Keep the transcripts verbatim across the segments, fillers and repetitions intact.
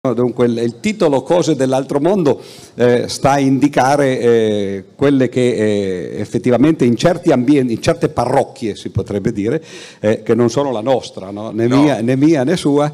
Dunque il, il titolo Cose dell'altro mondo eh, sta a indicare eh, quelle che eh, effettivamente in certi ambienti, in certe parrocchie si potrebbe dire, eh, che non sono la nostra, no? né, No. mia, né mia né sua,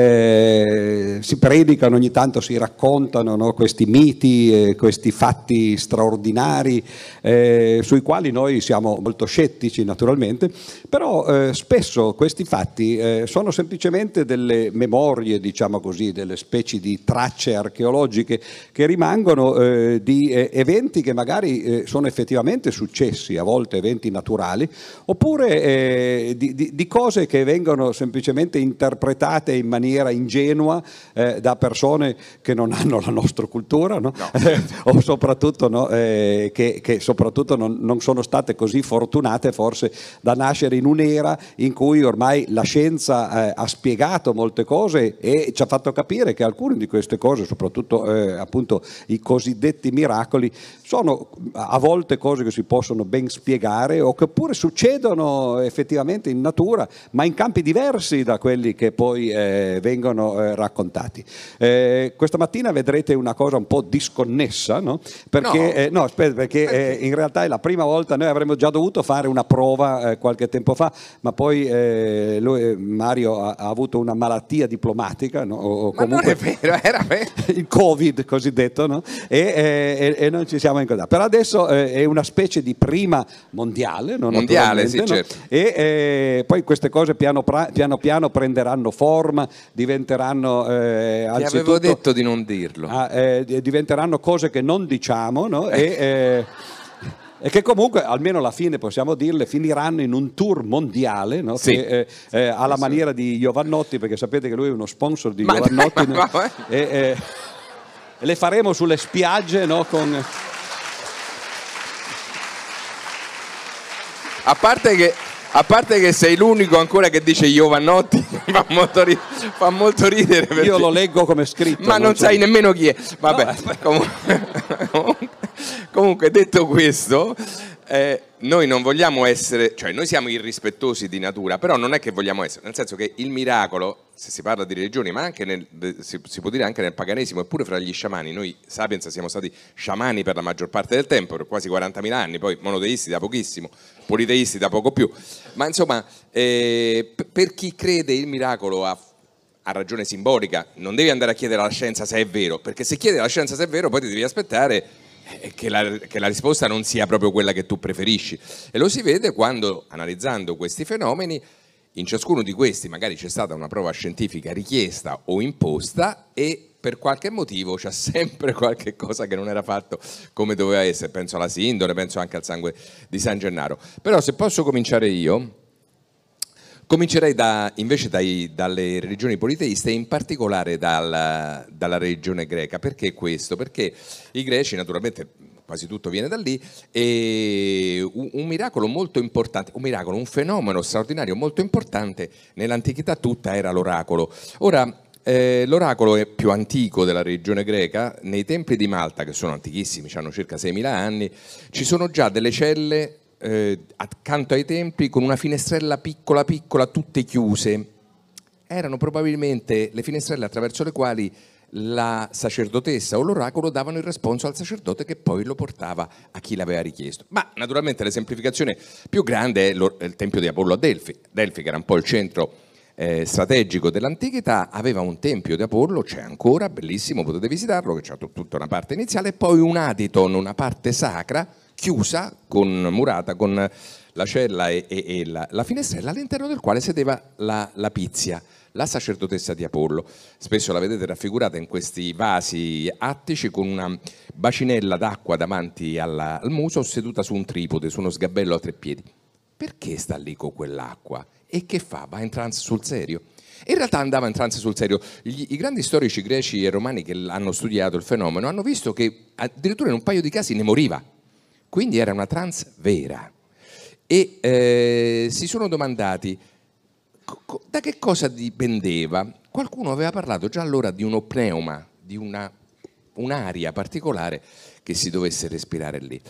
eh, si predicano, ogni tanto si raccontano, no? Questi miti, eh, questi fatti straordinari eh, sui quali noi siamo molto scettici naturalmente, però eh, spesso questi fatti eh, sono semplicemente delle memorie, diciamo così, delle specie di tracce archeologiche che rimangono eh, di eh, eventi che magari eh, sono effettivamente successi, a volte eventi naturali, oppure eh, di, di, di cose che vengono semplicemente interpretate in maniera ingenua eh, da persone che non hanno la nostra cultura, no? No. Eh, o soprattutto, no, eh, che, che soprattutto non, non sono state così fortunate forse da nascere in un'era in cui ormai la scienza eh, ha spiegato molte cose e ci ha fatto capire che alcune di queste cose, soprattutto eh, appunto i cosiddetti miracoli, sono a volte cose che si possono ben spiegare o che pure succedono effettivamente in natura, ma in campi diversi da quelli che poi eh, vengono eh, raccontati. Eh, questa mattina vedrete una cosa un po' disconnessa, no? Perché, No. eh, no, aspetta, perché, perché? Eh, in realtà è la prima volta, noi avremmo già dovuto fare una prova eh, qualche tempo fa, ma poi eh, lui, Mario ha, ha avuto una malattia diplomatica, no? o, Ma comunque non è vero, era vero. il Covid cosiddetto, no? e, e, e non ci siamo incontrati. Per adesso eh, è una specie di prima mondiale, no? Mondiale, sì, no? certo. E eh, poi queste cose piano, pra- piano piano prenderanno forma, diventeranno eh, Ti avevo detto di non dirlo. Ah, eh, diventeranno cose che non diciamo, no? e, eh, e che comunque, almeno alla fine possiamo dirle, finiranno in un tour mondiale, no? Sì. Che, eh, eh, alla Sì. maniera di Jovannotti, perché sapete che lui è uno sponsor di Ma Jovannotti, dai, ma- no? ma- e, eh, e le faremo sulle spiagge, no? Con... A parte che, a parte che sei l'unico ancora che dice Jovannotti, fa molto, ri- fa molto ridere. Perché... Io lo leggo come scritto. Ma non so. sai nemmeno chi è. Vabbè, No. comunque, comunque detto questo, eh, noi non vogliamo essere, cioè noi siamo irrispettosi di natura, però non è che vogliamo essere, nel senso che il miracolo, se si parla di religioni, ma anche nel, si, si può dire anche nel paganesimo, eppure fra gli sciamani, noi Sapiens siamo stati sciamani per la maggior parte del tempo, per quasi quarantamila anni, poi monoteisti da pochissimo, politeisti da poco più, ma insomma eh, p- per chi crede il miracolo ha ha ragione simbolica, non devi andare a chiedere alla scienza se è vero, perché se chiedi alla scienza se è vero poi ti devi aspettare che la, che la risposta non sia proprio quella che tu preferisci, e lo si vede quando, analizzando questi fenomeni, in ciascuno di questi magari c'è stata una prova scientifica richiesta o imposta e per qualche motivo c'è sempre qualche cosa che non era fatto come doveva essere, penso alla sindone, penso anche al sangue di San Gennaro. Però se posso cominciare io, comincerei da, invece dai, dalle religioni politeiste e in particolare dal, dalla religione greca. Perché questo? Perché i greci, naturalmente quasi tutto viene da lì, e un, un miracolo molto importante, un miracolo, un fenomeno straordinario molto importante nell'antichità tutta era l'oracolo. Ora, eh, l'oracolo è più antico della religione greca. Nei templi di Malta, che sono antichissimi, hanno circa seimila anni, ci sono già delle celle Eh, accanto ai templi con una finestrella piccola piccola, tutte chiuse. Erano probabilmente le finestrelle attraverso le quali la sacerdotessa o l'oracolo davano il responso al sacerdote, che poi lo portava a chi l'aveva richiesto. Ma naturalmente l'esemplificazione più grande è, lo, è il tempio di Apollo a Delfi. Delfi, che era un po' il centro eh, strategico dell'antichità, aveva un tempio di Apollo, c'è ancora, bellissimo, potete visitarlo, che c'ha t- tutta una parte iniziale e poi un aditon, una parte sacra chiusa, con murata, con la cella e, e, e la, la finestrella, all'interno del quale sedeva la, la Pizia, la sacerdotessa di Apollo. Spesso la vedete raffigurata in questi vasi attici con una bacinella d'acqua davanti alla, al muso, seduta su un tripode, su uno sgabello a tre piedi. Perché sta lì con quell'acqua? E che fa? Va in trance sul serio? In realtà andava in trance sul serio. Gli, I grandi storici greci e romani che hanno studiato il fenomeno hanno visto che addirittura in un paio di casi ne moriva. Quindi era una trance vera. E eh, si sono domandati co- da che cosa dipendeva. Qualcuno aveva parlato già allora di uno pneuma, di una, un'aria particolare che si dovesse respirare lì.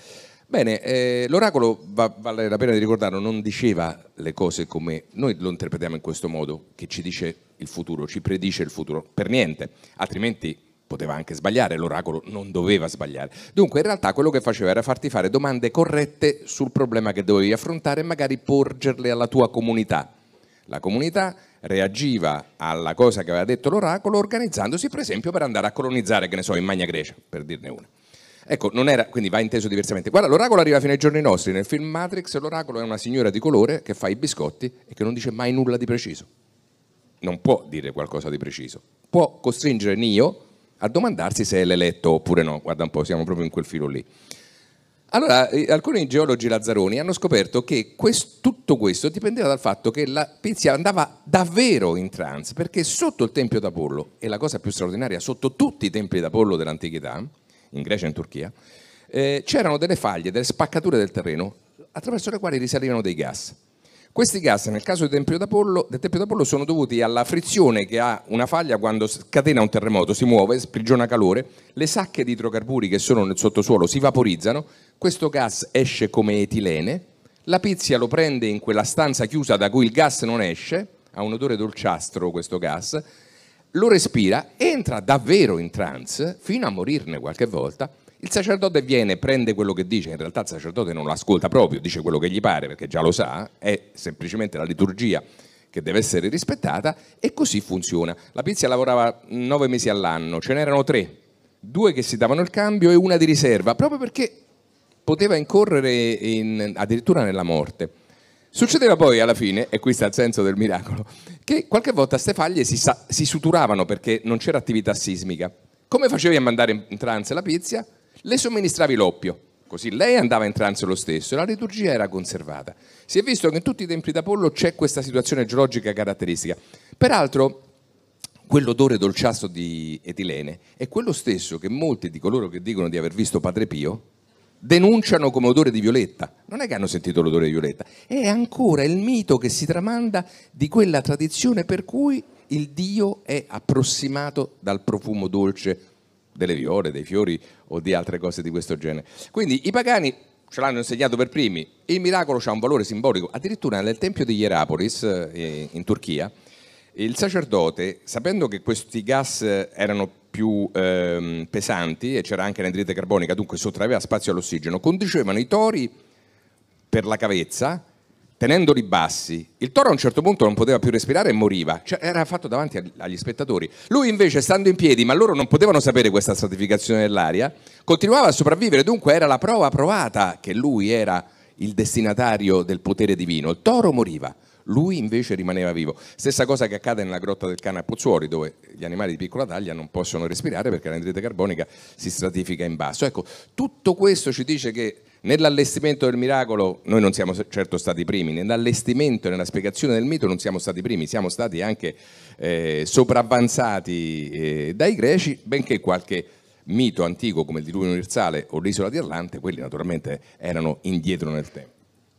Bene, eh, l'oracolo, va, vale la pena di ricordarlo, non diceva le cose come noi lo interpretiamo in questo modo, che ci dice il futuro, ci predice il futuro, per niente, altrimenti poteva anche sbagliare, l'oracolo non doveva sbagliare. Dunque in realtà quello che faceva era farti fare domande corrette sul problema che dovevi affrontare e magari porgerle alla tua comunità. La comunità reagiva alla cosa che aveva detto l'oracolo organizzandosi per esempio per andare a colonizzare, che ne so, in Magna Grecia, per dirne una. Ecco, non era, quindi va inteso diversamente. Guarda, l'oracolo arriva fino ai giorni nostri. Nel film Matrix l'oracolo è una signora di colore che fa i biscotti e che non dice mai nulla di preciso. Non può dire qualcosa di preciso. Può costringere Neo a domandarsi se è l'eletto oppure no. Guarda un po', siamo proprio in quel filo lì. Allora, eh, alcuni geologi lazzaroni hanno scoperto che quest- tutto questo dipendeva dal fatto che la Pizia andava davvero in trance, perché sotto il Tempio d'Apollo, e la cosa più straordinaria, sotto tutti i templi d'Apollo dell'antichità, in Grecia e in Turchia, eh, c'erano delle faglie, delle spaccature del terreno attraverso le quali risalivano dei gas. Questi gas, nel caso del Tempio d'Apollo, del Tempio d'Apollo sono dovuti alla frizione che ha una faglia quando scatena un terremoto, si muove, sprigiona calore, le sacche di idrocarburi che sono nel sottosuolo si vaporizzano, questo gas esce come etilene, la Pizia lo prende in quella stanza chiusa da cui il gas non esce, ha un odore dolciastro questo gas, lo respira, entra davvero in trance fino a morirne qualche volta. Il sacerdote viene, prende quello che dice, in realtà il sacerdote non lo ascolta proprio, dice quello che gli pare perché già lo sa, è semplicemente la liturgia che deve essere rispettata e così funziona. La Pizia lavorava nove mesi all'anno, ce n'erano tre, due che si davano il cambio e una di riserva, proprio perché poteva incorrere in, addirittura nella morte. Succedeva poi alla fine, e qui sta il senso del miracolo, che qualche volta ste faglie si, sa- si suturavano perché non c'era attività sismica. Come facevi a mandare in trance la Pizia? Le somministravi l'oppio, così lei andava in trance lo stesso e la liturgia era conservata. Si è visto che in tutti i templi d'Apollo c'è questa situazione geologica caratteristica. Peraltro, quell'odore dolciastro di etilene è quello stesso che molti di coloro che dicono di aver visto Padre Pio denunciano come odore di violetta. Non è che hanno sentito l'odore di violetta, è ancora il mito che si tramanda di quella tradizione per cui il Dio è approssimato dal profumo dolce delle viole, dei fiori o di altre cose di questo genere. Quindi i pagani ce l'hanno insegnato per primi, il miracolo ha un valore simbolico. Addirittura nel tempio di Hierapolis eh, in Turchia, il sacerdote, sapendo che questi gas erano più ehm, pesanti e c'era anche l'anidride carbonica, dunque sottraeva spazio all'ossigeno, conducevano i tori per la cavezza tenendoli bassi. Il toro a un certo punto non poteva più respirare e moriva, cioè, era fatto davanti agli spettatori. Lui invece, stando in piedi, ma loro non potevano sapere questa stratificazione dell'aria, continuava a sopravvivere, dunque era la prova provata che lui era il destinatario del potere divino. Il toro moriva, lui invece rimaneva vivo. Stessa cosa che accade nella grotta del Cane a Pozzuoli, dove gli animali di piccola taglia non possono respirare perché l'anidride carbonica si stratifica in basso. Ecco, tutto questo ci dice che nell'allestimento del miracolo noi non siamo certo stati i primi, nell'allestimento e nella spiegazione del mito non siamo stati i primi, siamo stati anche eh, sopravvanzati eh, dai greci, benché qualche mito antico come il diluvio universale o l'isola di Atlante, quelli naturalmente erano indietro nel tempo.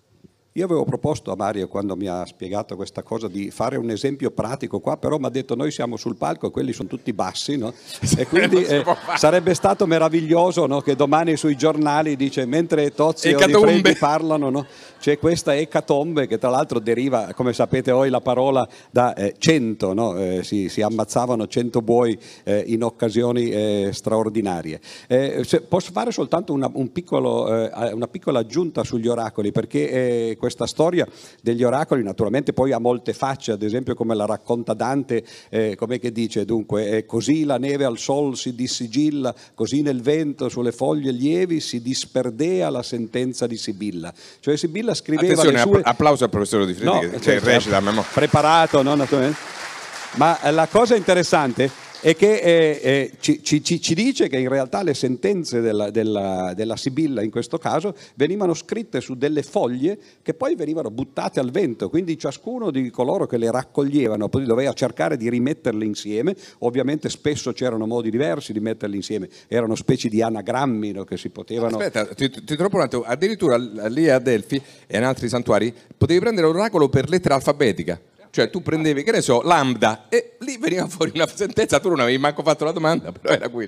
Io avevo proposto a Mario, quando mi ha spiegato questa cosa, di fare un esempio pratico qua, però mi ha detto noi siamo sul palco e quelli sono tutti bassi, no? E quindi eh, sarebbe stato meraviglioso, no? Che domani sui giornali dice mentre Tozzi e Di Freddi parlano, no? C'è questa ecatombe che tra l'altro deriva, come sapete voi, la parola da eh, cento, no? eh, si, si ammazzavano cento buoi eh, in occasioni eh, straordinarie. Eh, se, posso fare soltanto una, un piccolo, eh, una piccola aggiunta sugli oracoli, perché eh, questa storia degli oracoli naturalmente poi ha molte facce, ad esempio come la racconta Dante, eh, come che dice dunque, eh, così la neve al sol si dissigilla, così nel vento sulle foglie lievi si disperdea la sentenza di Sibilla. Cioè Sibilla scriveva Attenzione, le sue... applauso al professore Di Freddi, no, che cioè, recita a memoria. Preparato, no, naturalmente. Ma la cosa interessante è che eh, eh, ci, ci, ci dice che in realtà le sentenze della, della, della Sibilla in questo caso venivano scritte su delle foglie che poi venivano buttate al vento, quindi ciascuno di coloro che le raccoglievano poi doveva cercare di rimetterle insieme. Ovviamente spesso c'erano modi diversi di metterle insieme, erano specie di anagrammi, no, che si potevano... Aspetta, ti, ti troppo un attimo, addirittura lì a Delfi e in altri santuari potevi prendere l'oracolo per lettera alfabetica. Cioè tu prendevi, che ne so, lambda, e lì veniva fuori una sentenza, tu non avevi manco fatto la domanda, però era quella.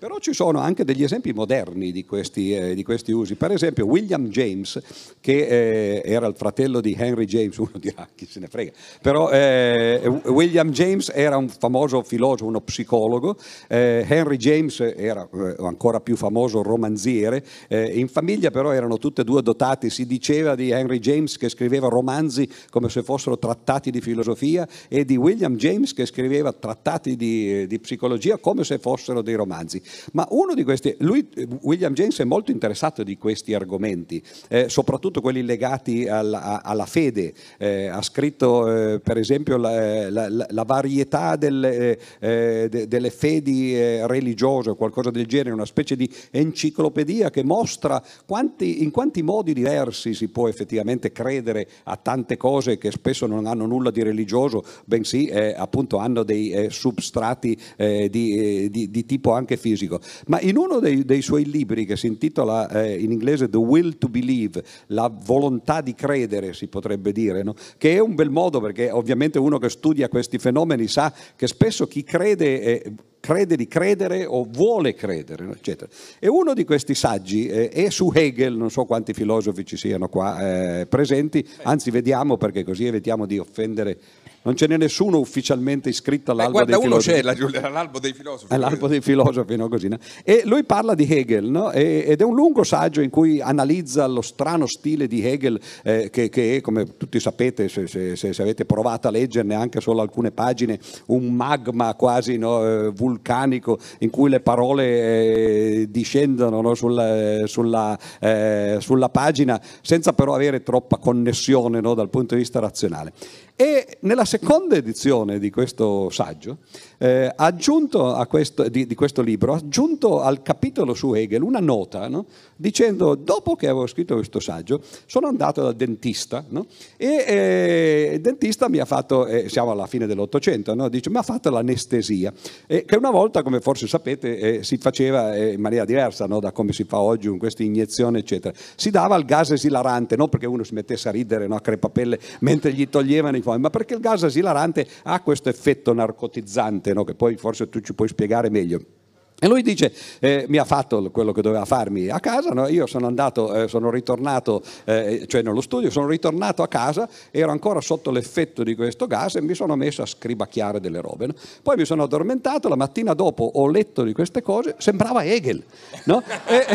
Però ci sono anche degli esempi moderni di questi, eh, di questi usi. Per esempio William James, che eh, era il fratello di Henry James, uno dirà chi se ne frega, però eh, William James era un famoso filosofo, uno psicologo, eh, Henry James era eh, ancora più famoso romanziere, eh, in famiglia però erano tutti e due dotati, si diceva di Henry James che scriveva romanzi come se fossero trattati di filosofia e di William James che scriveva trattati di, di psicologia come se fossero dei romanzi. Ma uno di questi, lui, William James è molto interessato di questi argomenti, eh, soprattutto quelli legati alla, alla fede. Eh, ha scritto eh, per esempio la, la, la varietà delle, eh, de, delle fedi eh, religiose o qualcosa del genere, una specie di enciclopedia che mostra quanti, in quanti modi diversi si può effettivamente credere a tante cose che spesso non hanno nulla di religioso, bensì eh, appunto hanno dei eh, substrati eh, di, eh, di, di tipo anche fisico. Ma in uno dei, dei suoi libri che si intitola eh, in inglese The Will to Believe, la volontà di credere si potrebbe dire, no? Che è un bel modo perché ovviamente uno che studia questi fenomeni sa che spesso chi crede eh, crede di credere o vuole credere, eccetera. E uno di questi saggi eh, è su Hegel, non so quanti filosofi ci siano qua eh, presenti, anzi vediamo perché così evitiamo di offendere. Non ce n'è nessuno ufficialmente iscritto all'albo Beh, dei filosofi. Guarda, uno c'è, l'albo dei filosofi. All'albo dei filosofi, no? Così, no? E lui parla di Hegel, no? e, ed è un lungo saggio in cui analizza lo strano stile di Hegel, eh, che, che è, come tutti sapete, se, se, se avete provato a leggerne anche solo alcune pagine, un magma quasi no, eh, vulcanico in cui le parole eh, discendono no, sulla, sulla, eh, sulla pagina senza però avere troppa connessione no, dal punto di vista razionale. E nella seconda edizione di questo saggio, eh, aggiunto a questo, di, di questo libro, ha aggiunto al capitolo su Hegel una nota, no? Dicendo: dopo che avevo scritto questo saggio sono andato dal dentista, no? E eh, il dentista mi ha fatto, eh, siamo alla fine dell'Ottocento, no? Dice, mi ha fatto l'anestesia, eh, che una volta, come forse sapete, eh, si faceva eh, in maniera diversa no? Da come si fa oggi con queste iniezioni eccetera. Si dava il gas esilarante, non perché uno si mettesse a ridere no? A crepapelle mentre gli toglievano i fogli, ma perché il gas esilarante ha questo effetto narcotizzante no? Che poi forse tu ci puoi spiegare meglio. E lui dice, eh, mi ha fatto quello che doveva farmi a casa, no? Io sono andato, eh, sono ritornato, eh, cioè nello studio, sono ritornato a casa, ero ancora sotto l'effetto di questo gas e mi sono messo a scribacchiare delle robe. No? Poi mi sono addormentato, la mattina dopo ho letto di queste cose, sembrava Hegel. No? e,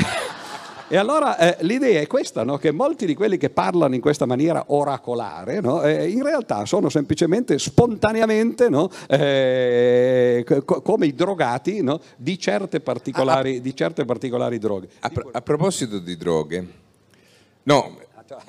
E allora eh, l'idea è questa, no? Che molti di quelli che parlano in questa maniera oracolare no? eh, in realtà sono semplicemente spontaneamente no? eh, co- come i drogati no? di, certe particolari, a, di certe particolari droghe. A, pro- a proposito di droghe, no,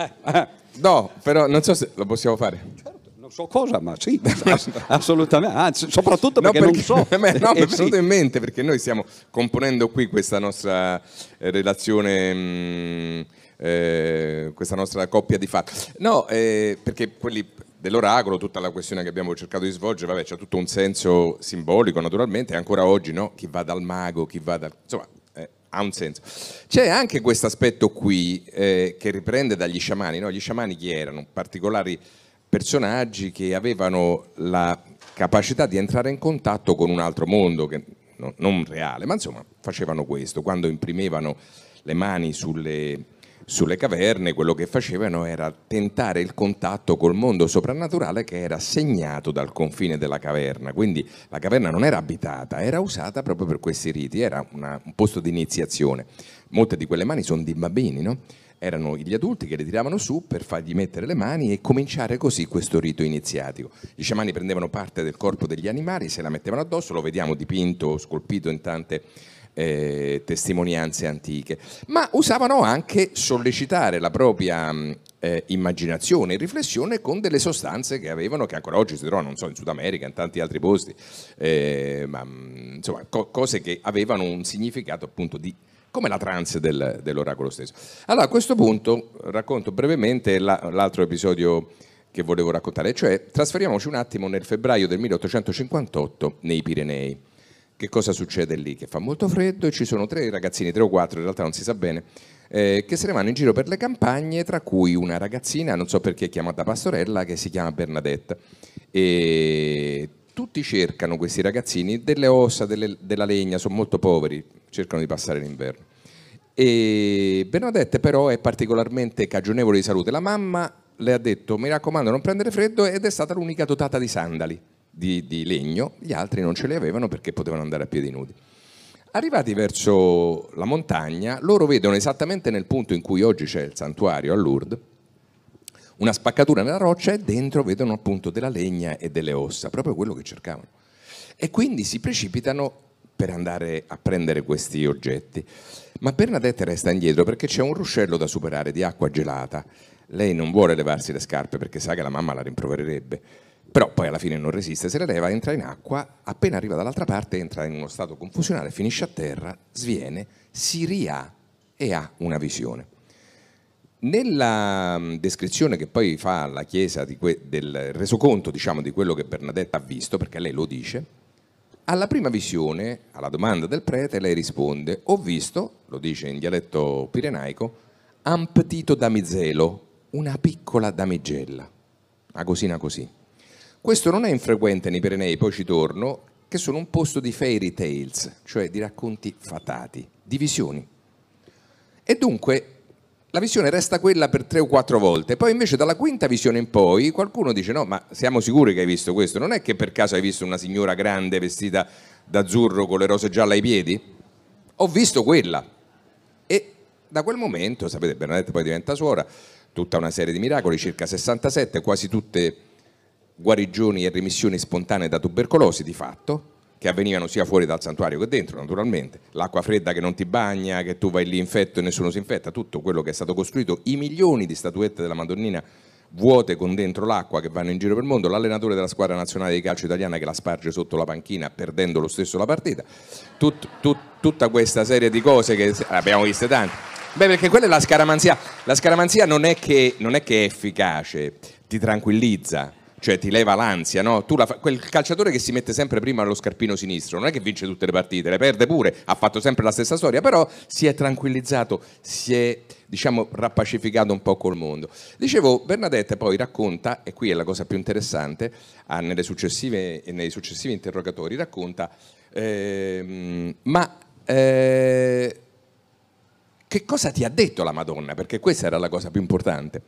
no, però non so se lo possiamo fare. Non so cosa, ma sì, assolutamente, anzi, soprattutto perché, no, perché non so. No, mi è eh, venuto sì. in mente perché noi stiamo componendo qui questa nostra eh, relazione, mh, eh, questa nostra coppia di fatti. No, eh, perché quelli dell'oracolo, tutta la questione che abbiamo cercato di svolgere, vabbè, c'ha tutto un senso simbolico naturalmente, e ancora oggi, no? Chi va dal mago, chi va dal... insomma... ha un senso. C'è anche questo aspetto qui eh, che riprende dagli sciamani, no? Gli sciamani chi erano? Particolari personaggi che avevano la capacità di entrare in contatto con un altro mondo, che no, non reale, ma insomma facevano questo. Quando imprimevano le mani sulle, sulle caverne, quello che facevano era tentare il contatto col mondo soprannaturale che era segnato dal confine della caverna. Quindi la caverna non era abitata, era usata proprio per questi riti, era una, un posto di iniziazione. Molte di quelle mani sono di bambini, no? Erano gli adulti che le tiravano su per fargli mettere le mani e cominciare così questo rito iniziatico. Gli sciamani prendevano parte del corpo degli animali, se la mettevano addosso, lo vediamo dipinto, scolpito in tante eh, testimonianze antiche, ma usavano anche sollecitare la propria eh, immaginazione e riflessione con delle sostanze che avevano, che ancora oggi si trovano, non so, in Sud America, in tanti altri posti, eh, ma insomma co- cose che avevano un significato appunto di... come la trance del, dell'oracolo stesso. Allora, a questo punto racconto brevemente la, l'altro episodio che volevo raccontare, cioè trasferiamoci un attimo nel febbraio del milleottocentocinquantotto nei Pirenei. Che cosa succede lì? Che fa molto freddo e ci sono tre ragazzini, tre o quattro, in realtà non si sa bene, eh, che se ne vanno in giro per le campagne, tra cui una ragazzina, non so perché chiamata Pastorella, che si chiama Bernadette. E tutti cercano, questi ragazzini, delle ossa, delle, della legna, sono molto poveri, cercano di passare l'inverno. E Bernadette però è particolarmente cagionevole di salute. La mamma le ha detto: mi raccomando, non prendere freddo, ed è stata l'unica dotata di sandali di, di legno, gli altri non ce li avevano perché potevano andare a piedi nudi. Arrivati verso la montagna, loro vedono esattamente nel punto in cui oggi c'è il santuario a Lourdes una spaccatura nella roccia, e dentro vedono appunto della legna e delle ossa, proprio quello che cercavano. E quindi si precipitano per andare a prendere questi oggetti. Ma Bernadette resta indietro perché c'è un ruscello da superare di acqua gelata. Lei non vuole levarsi le scarpe perché sa che la mamma la rimprovererebbe, però poi alla fine non resiste, se le leva, entra in acqua, appena arriva dall'altra parte entra in uno stato confusionale, finisce a terra, sviene, si ria e ha una visione. Nella descrizione che poi fa la Chiesa di que- del resoconto, diciamo, di quello che Bernadette ha visto, perché lei lo dice, alla prima visione, alla domanda del prete, lei risponde: ho visto, lo dice in dialetto pirenaico, un petito damigelo, una piccola damigella, una cosina così. Questo non è infrequente nei Pirenei, poi ci torno, che sono un posto di fairy tales, cioè di racconti fatati, di visioni. E dunque la visione resta quella per tre o quattro volte, poi invece dalla quinta visione in poi qualcuno dice: no, ma siamo sicuri che hai visto questo? Non è che per caso hai visto una signora grande vestita d'azzurro con le rose gialle ai piedi? Ho visto quella. E da quel momento, sapete, Bernadette poi diventa suora, tutta una serie di miracoli, circa sessantasette, quasi tutte guarigioni e remissioni spontanee da tubercolosi di fatto, che avvenivano sia fuori dal santuario che dentro, naturalmente. L'acqua fredda che non ti bagna, che tu vai lì infetto e nessuno si infetta, tutto quello che è stato costruito, i milioni di statuette della Madonnina vuote con dentro l'acqua che vanno in giro per il mondo, l'allenatore della squadra nazionale di calcio italiana che la sparge sotto la panchina perdendo lo stesso la partita, tut, tut, tutta questa serie di cose che abbiamo viste tante. Beh, perché quella è la scaramanzia. La scaramanzia non è che, non è che è efficace, ti tranquillizza, cioè ti leva l'ansia, no? Tu la fa... Quel calciatore che si mette sempre prima allo scarpino sinistro non è che vince tutte le partite, le perde pure, ha fatto sempre la stessa storia, però si è tranquillizzato, si è, diciamo, rappacificato un po' col mondo. Dicevo, Bernadette poi racconta, e qui è la cosa più interessante, ah, nelle successive, nei successivi interrogatori racconta, ehm, ma eh, che cosa ti ha detto la Madonna? Perché questa era la cosa più importante.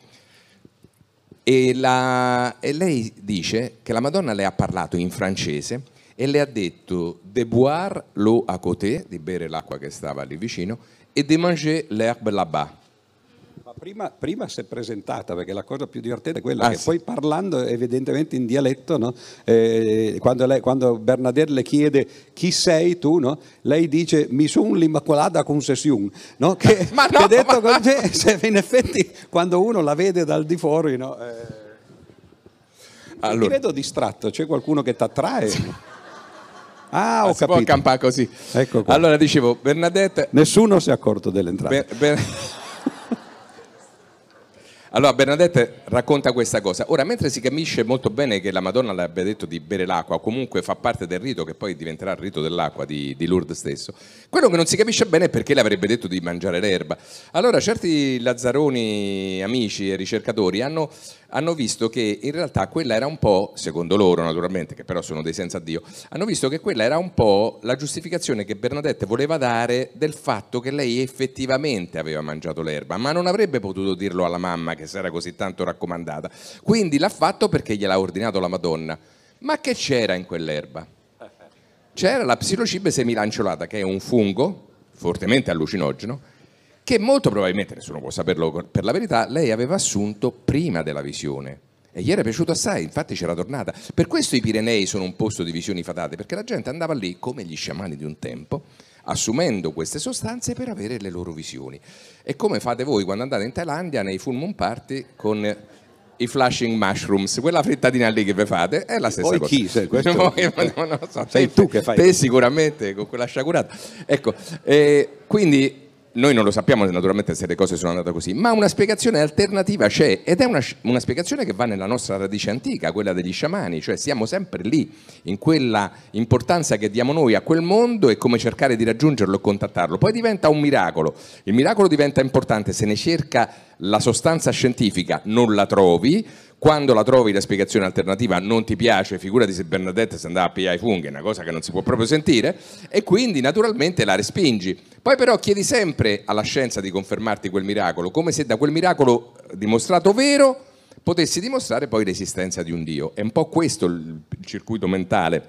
E, la, e lei dice che la Madonna le ha parlato in francese e le ha detto de boire l'eau à côté, di bere l'acqua che stava lì vicino, e de manger l'herbe là-bas. Ma prima, prima si è presentata, perché la cosa più divertente è quella ah, che sì. poi parlando evidentemente in dialetto, no? eh, quando, lei, quando Bernadette le chiede chi sei tu, no? Lei dice mi sono l'Immacolata Concession, no? Che, ma no, che detto ma... così, se in effetti quando uno la vede dal di fuori, no? eh... allora. Ti vedo distratto, c'è qualcuno che ti attrae? Ah, ho ma si capito. può accampare così. Ecco qua. Allora dicevo, Bernadette... Nessuno si è accorto dell'entrata. Ber- Ber- Allora Bernadette racconta questa cosa. Ora, mentre si capisce molto bene che la Madonna le abbia detto di bere l'acqua, o comunque fa parte del rito che poi diventerà il rito dell'acqua di, di Lourdes stesso, quello che non si capisce bene è perché le avrebbe detto di mangiare l'erba. Allora certi lazzaroni, amici e ricercatori hanno, hanno visto che in realtà quella era un po', secondo loro naturalmente, che però sono dei senza Dio, hanno visto che quella era un po' la giustificazione che Bernadette voleva dare del fatto che lei effettivamente aveva mangiato l'erba, ma non avrebbe potuto dirlo alla mamma che si era così tanto raccomandata. Quindi l'ha fatto perché gliel'ha ordinato la Madonna. Ma che c'era in quell'erba? C'era la psilocibe semilanciolata, che è un fungo fortemente allucinogeno, che molto probabilmente, nessuno può saperlo per la verità, lei aveva assunto prima della visione. E gli era piaciuto assai, infatti c'era tornata. Per questo i Pirenei sono un posto di visioni fatate, perché la gente andava lì, come gli sciamani di un tempo, assumendo queste sostanze per avere le loro visioni. E come fate voi quando andate in Thailandia nei full moon party con i flashing mushrooms, quella frittatina lì che vi fate è la stessa Poi cosa. Chi, sei, questo... Poi, non lo so, sei te, tu che fai. Te sicuramente con quella sciagurata. Ecco, eh, quindi noi non lo sappiamo naturalmente se le cose sono andate così, ma una spiegazione alternativa c'è, ed è una, una spiegazione che va nella nostra radice antica, quella degli sciamani, cioè siamo sempre lì, in quella importanza che diamo noi a quel mondo e come cercare di raggiungerlo e contattarlo. Poi diventa un miracolo, il miracolo diventa importante se ne cerca la sostanza scientifica, non la trovi. Quando la trovi la spiegazione alternativa non ti piace, figurati se Bernadette si andava a pigliare i funghi, è una cosa che non si può proprio sentire, e quindi naturalmente la respingi. Poi però chiedi sempre alla scienza di confermarti quel miracolo, come se da quel miracolo dimostrato vero potessi dimostrare poi l'esistenza di un Dio. È un po' questo il circuito mentale,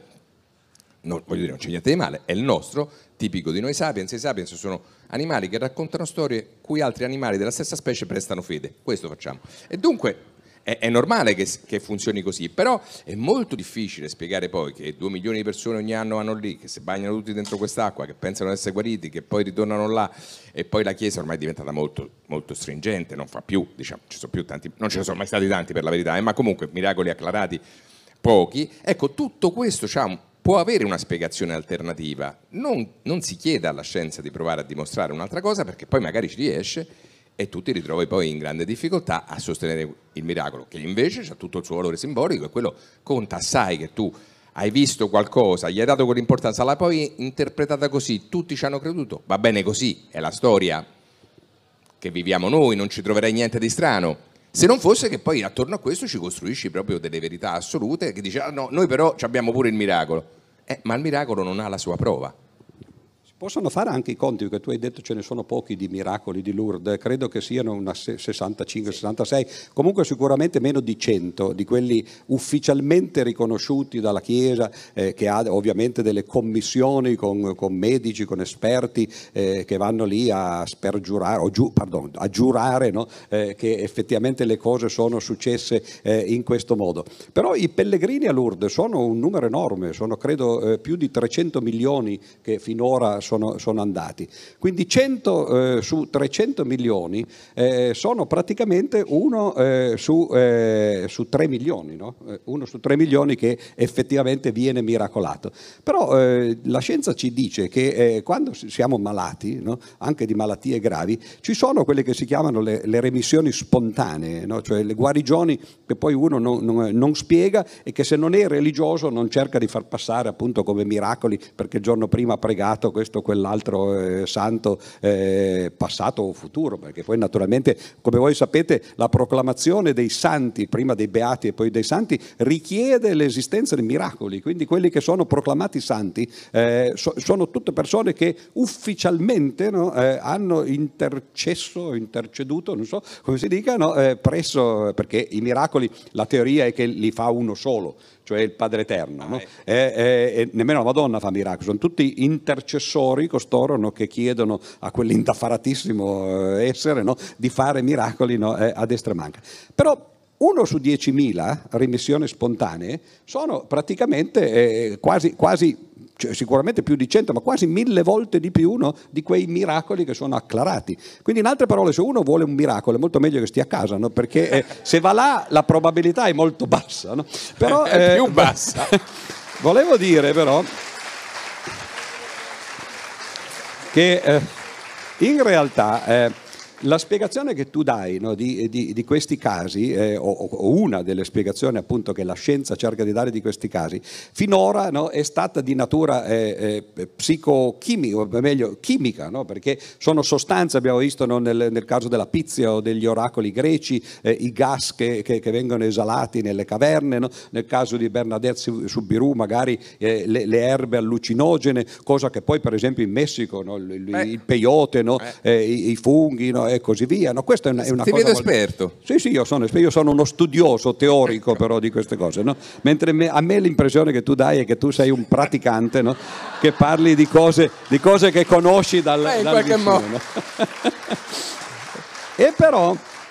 no, voglio dire, non c'è niente di male, è il nostro, tipico di noi sapiens. I sapiens sono animali che raccontano storie cui altri animali della stessa specie prestano fede, questo facciamo. E dunque È, è normale che, che funzioni così, però è molto difficile spiegare poi che due milioni di persone ogni anno vanno lì, che si bagnano tutti dentro quest'acqua, che pensano di essere guariti, che poi ritornano là, e poi la Chiesa ormai è diventata molto, molto stringente, non fa più, diciamo, ci sono più tanti, non ce ne sono mai stati tanti per la verità, eh, ma comunque miracoli acclarati pochi. Ecco, tutto questo diciamo, può avere una spiegazione alternativa, non, non si chieda alla scienza di provare a dimostrare un'altra cosa, perché poi magari ci riesce e tu ti ritrovi poi in grande difficoltà a sostenere il miracolo, che invece ha tutto il suo valore simbolico, e quello conta assai, che tu hai visto qualcosa, gli hai dato quell'importanza, l'hai poi interpretata così, tutti ci hanno creduto, va bene così, è la storia che viviamo noi, non ci troverai niente di strano, se non fosse che poi attorno a questo ci costruisci proprio delle verità assolute, che dici, ah no, noi però abbiamo pure il miracolo, eh, ma il miracolo non ha la sua prova. Possono fare anche i conti, perché tu hai detto ce ne sono pochi di miracoli di Lourdes, credo che siano una sessantacinque sessantasei, comunque sicuramente meno di cento di quelli ufficialmente riconosciuti dalla Chiesa, eh, che ha ovviamente delle commissioni con, con medici, con esperti eh, che vanno lì a spergiurare, o giu, pardon, a giurare, no? eh, che effettivamente le cose sono successe eh, in questo modo. Però i pellegrini a Lourdes sono un numero enorme, sono credo eh, più di trecento milioni che finora sono Sono, sono andati, quindi cento eh, su trecento milioni eh, sono praticamente uno eh, su, eh, su tre milioni, no? uno su tre milioni che effettivamente viene miracolato. Però eh, la scienza ci dice che eh, quando siamo malati, no? anche di malattie gravi, ci sono quelle che si chiamano le, le remissioni spontanee, no? cioè le guarigioni che poi uno non, non, non spiega, e che se non è religioso non cerca di far passare appunto come miracoli, perché il giorno prima ha pregato questo quell'altro eh, santo eh, passato o futuro, perché poi naturalmente, come voi sapete, la proclamazione dei santi, prima dei beati e poi dei santi, richiede l'esistenza dei miracoli, quindi quelli che sono proclamati santi eh, so, sono tutte persone che ufficialmente no, eh, hanno intercesso, interceduto, non so come si dica, no, eh, presso, perché i miracoli, la teoria è che li fa uno solo, cioè il Padre Eterno, no? e, e, e nemmeno la Madonna fa miracoli, sono tutti intercessori costoro, no? che chiedono a quell'indaffaratissimo essere, no? di fare miracoli, no? eh, a destra e manca. Però uno su diecimila remissioni spontanee sono praticamente eh, quasi, quasi cioè, sicuramente più di cento, ma quasi mille volte di più no, di quei miracoli che sono acclarati. Quindi in altre parole, se uno vuole un miracolo è molto meglio che stia a casa, no? perché eh, se va là la probabilità è molto bassa. No? Però, è eh, più bassa. Volevo dire però che eh, in realtà eh, la spiegazione che tu dai no, di, di, di questi casi, eh, o, o una delle spiegazioni appunto che la scienza cerca di dare di questi casi, finora no, è stata di natura eh, eh, psicochimica, o meglio chimica, no, perché sono sostanze, abbiamo visto no, nel, nel caso della Pizia o degli oracoli greci, eh, i gas che, che, che vengono esalati nelle caverne, no, nel caso di Bernadette Soubirous magari eh, le, le erbe allucinogene, cosa che poi per esempio in Messico, no, il, il, il peyote, no, eh, i, i funghi, no, e così via. No, questa è una, è una Ti cosa vedo molto... esperto. Sì, sì, io sono, io sono uno studioso teorico però di queste cose, no? Mentre me, a me l'impressione che tu dai è che tu sei un praticante, no? Che parli di cose, di cose che conosci dal, eh, in dal qualche vicino, modo. no? E però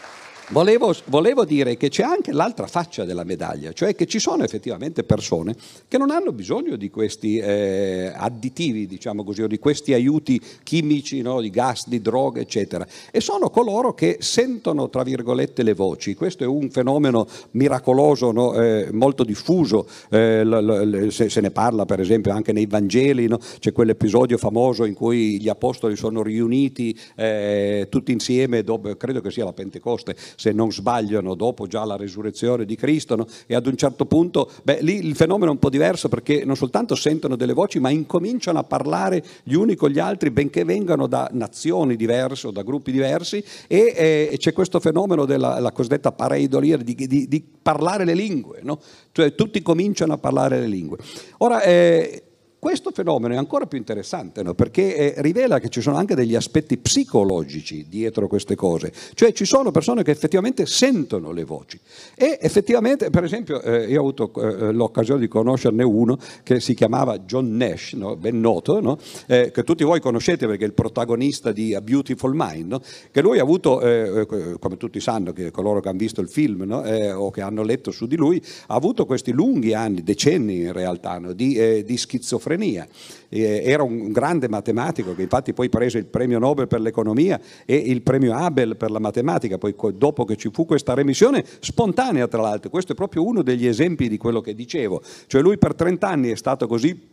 Volevo, volevo dire che c'è anche l'altra faccia della medaglia, cioè che ci sono effettivamente persone che non hanno bisogno di questi eh, additivi, diciamo così, o di questi aiuti chimici, no, di gas, di droghe, eccetera, e sono coloro che sentono, tra virgolette, le voci. Questo è un fenomeno miracoloso, no, eh, molto diffuso, eh, l- l- se, se ne parla per esempio anche nei Vangeli, no? C'è quell'episodio famoso in cui gli apostoli sono riuniti eh, tutti insieme, dopo, credo che sia la Pentecoste, se non sbagliano, dopo già la resurrezione di Cristo, no? E ad un certo punto, beh, lì il fenomeno è un po' diverso, perché non soltanto sentono delle voci, ma incominciano a parlare gli uni con gli altri, benché vengano da nazioni diverse o da gruppi diversi, e eh, c'è questo fenomeno della la cosiddetta pareidolia, di, di, di parlare le lingue, no? Cioè tutti cominciano a parlare le lingue. Ora, eh, questo fenomeno è ancora più interessante, no? Perché eh, rivela che ci sono anche degli aspetti psicologici dietro queste cose, cioè ci sono persone che effettivamente sentono le voci e effettivamente, per esempio, eh, io ho avuto eh, l'occasione di conoscerne uno che si chiamava John Nash, no? Ben noto, no? eh, che tutti voi conoscete perché è il protagonista di A Beautiful Mind, no? Che lui ha avuto, eh, come tutti sanno, che coloro che hanno visto il film, no? eh, o che hanno letto su di lui, ha avuto questi lunghi anni, decenni in realtà, no? di, eh, di schizofrenia. Eh, era un grande matematico che infatti poi prese il premio Nobel per l'economia e il premio Abel per la matematica, poi dopo che ci fu questa remissione spontanea, tra l'altro. Questo è proprio uno degli esempi di quello che dicevo, cioè lui per trent'anni è stato così.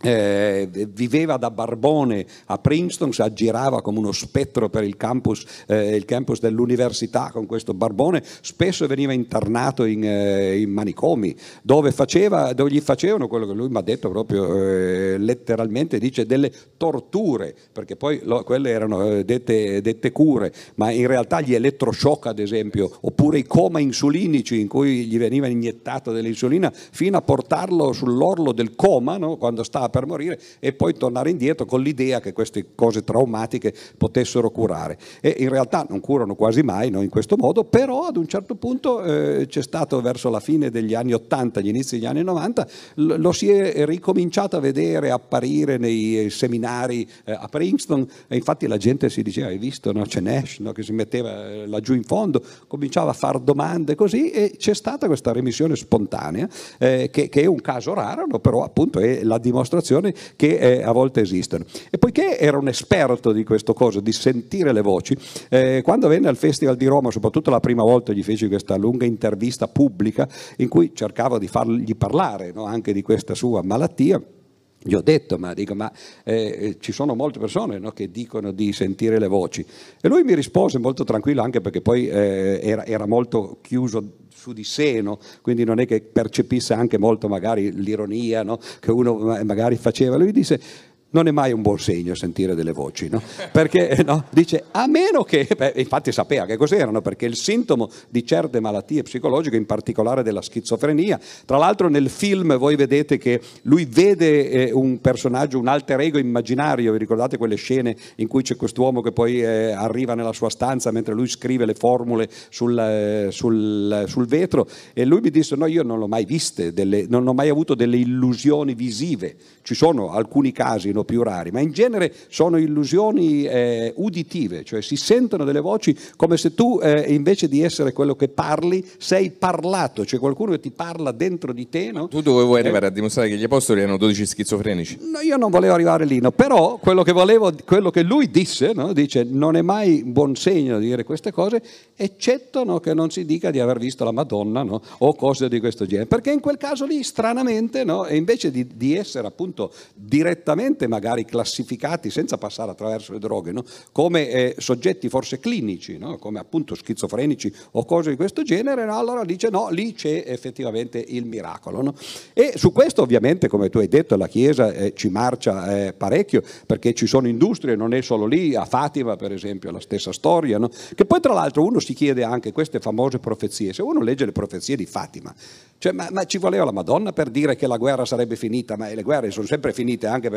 Eh, viveva da barbone a Princeton, si aggirava come uno spettro per il campus, eh, il campus dell'università con questo barbone, spesso veniva internato in, eh, in manicomi dove, faceva, dove gli facevano quello che lui mi ha detto proprio eh, letteralmente, dice delle torture, perché poi lo, quelle erano eh, dette, dette cure, ma in realtà gli elettroshock ad esempio, oppure i coma insulinici in cui gli veniva iniettato dell'insulina fino a portarlo sull'orlo del coma, no? Quando stava per morire, e poi tornare indietro con l'idea che queste cose traumatiche potessero curare, e in realtà non curano quasi mai, no, in questo modo. Però ad un certo punto eh, c'è stato, verso la fine degli anni ottanta, gli inizi degli anni novanta, lo, lo si è ricominciato a vedere apparire nei seminari eh, a Princeton, e infatti la gente si diceva: hai visto, no? C'è Nash, no? Che si metteva eh, laggiù in fondo, cominciava a fare domande così, e c'è stata questa remissione spontanea eh, che, che è un caso raro, no? Però appunto è la dimostrazione che eh, a volte esistono. E poiché era un esperto di questo coso, di sentire le voci, eh, quando venne al Festival di Roma, soprattutto la prima volta, gli feci questa lunga intervista pubblica in cui cercavo di fargli parlare, no, anche di questa sua malattia. Gli ho detto, ma, dico, ma eh, ci sono molte persone, no, che dicono di sentire le voci, e lui mi rispose molto tranquillo, anche perché poi eh, era, era molto chiuso su di sé, no? Quindi non è che percepisse anche molto magari l'ironia, no? Che uno magari faceva. Lui disse: non è mai un buon segno sentire delle voci, no? Perché, no? Dice, a meno che, beh, infatti sapeva che cos'erano, perché il sintomo di certe malattie psicologiche, in particolare della schizofrenia, tra l'altro nel film voi vedete che lui vede eh, un personaggio, un alter ego immaginario. Vi ricordate quelle scene in cui c'è quest'uomo che poi eh, arriva nella sua stanza mentre lui scrive le formule sul, eh, sul, sul vetro, e lui mi disse: no, io non l'ho mai viste, delle, non ho mai avuto delle illusioni visive. Ci sono alcuni casi, no, più rari, ma in genere sono illusioni eh, uditive, cioè si sentono delle voci come se tu eh, invece di essere quello che parli sei parlato, cioè qualcuno che ti parla dentro di te, no? Tu dove vuoi eh, arrivare a dimostrare che gli apostoli erano dodici schizofrenici? No, io non volevo arrivare lì, no, però quello che, volevo, quello che lui disse, no, dice: non è mai buon segno dire queste cose, eccetto, no, che non si dica di aver visto la Madonna, no, o cose di questo genere, perché in quel caso lì stranamente, no, e invece di, di essere appunto direttamente magari classificati senza passare attraverso le droghe, no, come eh, soggetti forse clinici, no, come appunto schizofrenici o cose di questo genere, no, allora dice no, lì c'è effettivamente il miracolo, no? E su questo ovviamente, come tu hai detto, la Chiesa eh, ci marcia eh, parecchio, perché ci sono industrie, non è solo lì, a Fatima per esempio la stessa storia, no? Che poi tra l'altro uno si chiede anche queste famose profezie, se uno legge le profezie di Fatima, cioè, ma, ma ci voleva la Madonna per dire che la guerra sarebbe finita? Ma le guerre sono sempre finite, anche perché no,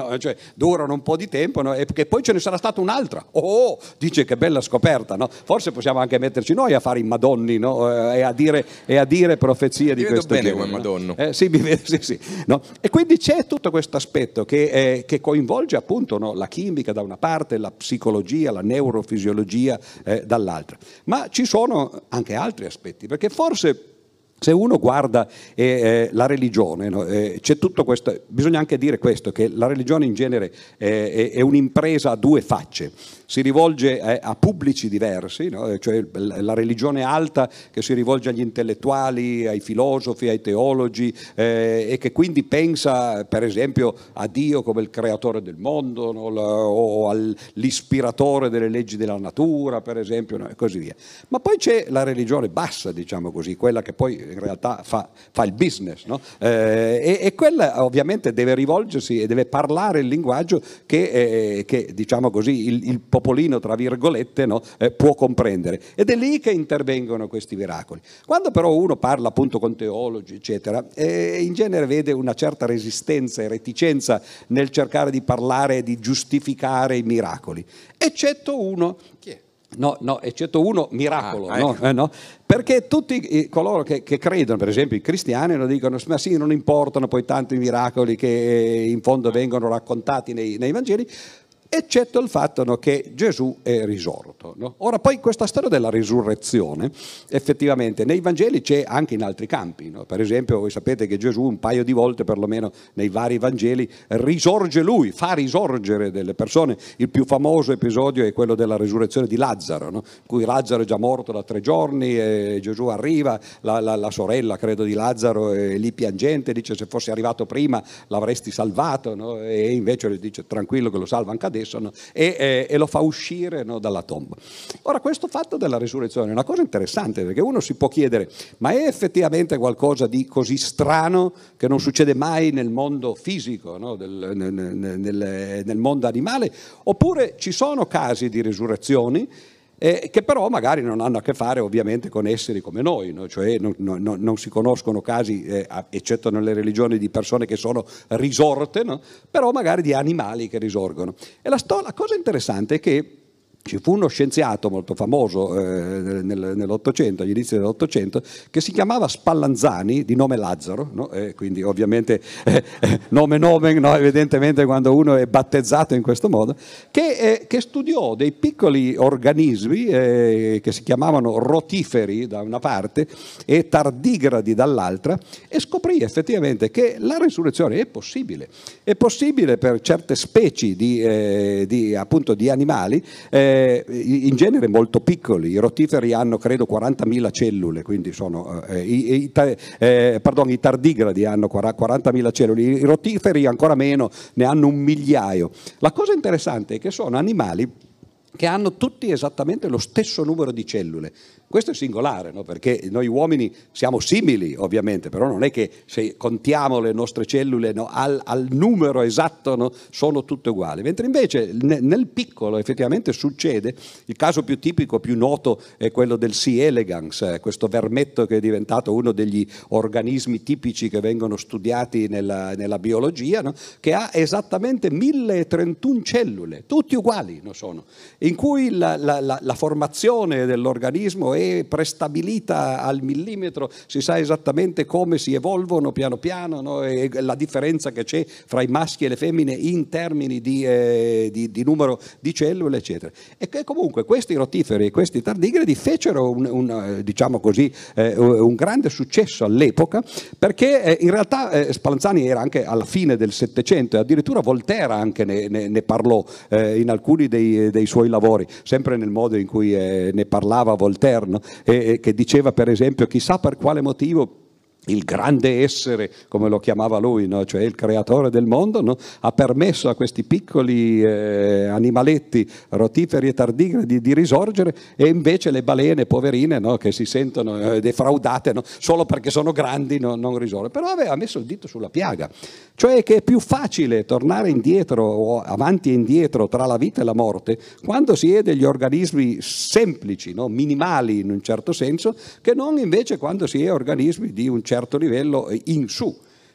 no? Cioè, durano un po' di tempo, no? E che poi ce ne sarà stata un'altra. Oh, dice che bella scoperta, no? Forse possiamo anche metterci noi a fare i madonni, no? E a dire, e a dire profezie di Ti questo vedo bene genere, come Madonno. no? Eh, sì, mi vede, sì, sì, no? E quindi c'è tutto questo aspetto che, eh, che coinvolge appunto, no, la chimica da una parte, la psicologia, la neurofisiologia eh, dall'altra. Ma ci sono anche altri aspetti, perché forse se uno guarda eh, eh, la religione, no, eh, c'è tutto questo, bisogna anche dire questo, che la religione in genere eh, è, è un'impresa a due facce. Si rivolge eh, a pubblici diversi, no? Cioè la religione alta che si rivolge agli intellettuali, ai filosofi, ai teologi eh, e che quindi pensa per esempio a Dio come il creatore del mondo, no? La, o all'ispiratore delle leggi della natura per esempio, no? E così via. Ma poi c'è la religione bassa, diciamo così, quella che poi in realtà fa, fa il business, no? eh, e, e quella ovviamente deve rivolgersi e deve parlare il linguaggio che, eh, che diciamo così, il, il popolino tra virgolette, no? eh, può comprendere, ed è lì che intervengono questi miracoli. Quando però uno parla appunto con teologi eccetera, eh, in genere vede una certa resistenza e reticenza nel cercare di parlare e di giustificare i miracoli, eccetto uno. Chi è? No, no, eccetto uno miracolo, ah, no? ecco. Eh, no? Perché tutti coloro che, che credono, per esempio i cristiani, lo dicono, ma sì, non importano poi tanto i miracoli che in fondo vengono raccontati nei, nei Vangeli, eccetto il fatto, no, che Gesù è risorto, no? Ora poi questa storia della risurrezione effettivamente nei Vangeli c'è anche in altri campi, no? Per esempio voi sapete che Gesù un paio di volte perlomeno nei vari Vangeli risorge lui, fa risorgere delle persone. Il più famoso episodio è quello della risurrezione di Lazzaro, no? In cui Lazzaro è già morto da tre giorni e Gesù arriva, la, la, la sorella credo di Lazzaro è lì piangente, dice se fossi arrivato prima l'avresti salvato, no? E invece dice tranquillo che lo salva anche adesso. No? E, e, e lo fa uscire, no, dalla tomba. Ora questo fatto della risurrezione è una cosa interessante, perché uno si può chiedere ma è effettivamente qualcosa di così strano che non succede mai nel mondo fisico, no? Del, nel, nel, nel mondo animale, oppure ci sono casi di risurrezioni Eh, che però magari non hanno a che fare ovviamente con esseri come noi, no? Cioè non, non, non si conoscono casi, eh, eccetto nelle religioni, di persone che sono risorte, no? Però magari di animali che risorgono. E la, sto- la cosa interessante è che ci fu uno scienziato molto famoso eh, nel, nell'Ottocento, agli inizi dell'Ottocento, che si chiamava Spallanzani, di nome Lazzaro, no? eh, quindi ovviamente eh, nome nome, no? Evidentemente quando uno è battezzato in questo modo, che, eh, che studiò dei piccoli organismi eh, che si chiamavano rotiferi da una parte e tardigradi dall'altra, e scoprì effettivamente che la risurrezione è possibile, è possibile per certe specie di, eh, di, appunto, di animali, eh, in genere molto piccoli. I rotiferi hanno credo quarantamila cellule, quindi sono eh, i, i, eh, pardon, i tardigradi hanno quarantamila cellule, i rotiferi ancora meno, ne hanno un migliaio. La cosa interessante è che sono animali che hanno tutti esattamente lo stesso numero di cellule. Questo è singolare, no? Perché noi uomini siamo simili ovviamente, però non è che se contiamo le nostre cellule, no, al, al numero esatto, no, sono tutte uguali, mentre invece ne, nel piccolo effettivamente succede. Il caso più tipico, più noto, è quello del C. elegans, eh, questo vermetto che è diventato uno degli organismi tipici che vengono studiati nella, nella biologia, no? Che ha esattamente mille e trentuno cellule, tutti uguali, no, sono, in cui la, la, la, la formazione dell'organismo è è prestabilita al millimetro, si sa esattamente come si evolvono piano piano, no? E la differenza che c'è fra i maschi e le femmine in termini di, eh, di, di numero di cellule eccetera. E che comunque questi rotiferi e questi tardigradi fecero un, un, diciamo così, eh, un grande successo all'epoca, perché eh, in realtà eh, Spallanzani era anche alla fine del Settecento e addirittura Voltaire anche ne, ne, ne parlò eh, in alcuni dei, dei suoi lavori, sempre nel modo in cui eh, ne parlava Voltaire, no? E, e che diceva per esempio chissà per quale motivo il grande essere, come lo chiamava lui, no? Cioè il creatore del mondo, no? Ha permesso a questi piccoli eh, animaletti rotiferi e tardigradi di risorgere, e invece le balene poverine, no? Che si sentono eh, defraudate, no? Solo perché sono grandi, no? Non risorgono. Però aveva messo il dito sulla piaga, cioè che è più facile tornare indietro o avanti e indietro tra la vita e la morte quando si è degli organismi semplici, no? Minimali in un certo senso, che non invece quando si è organismi di un certo livello in su.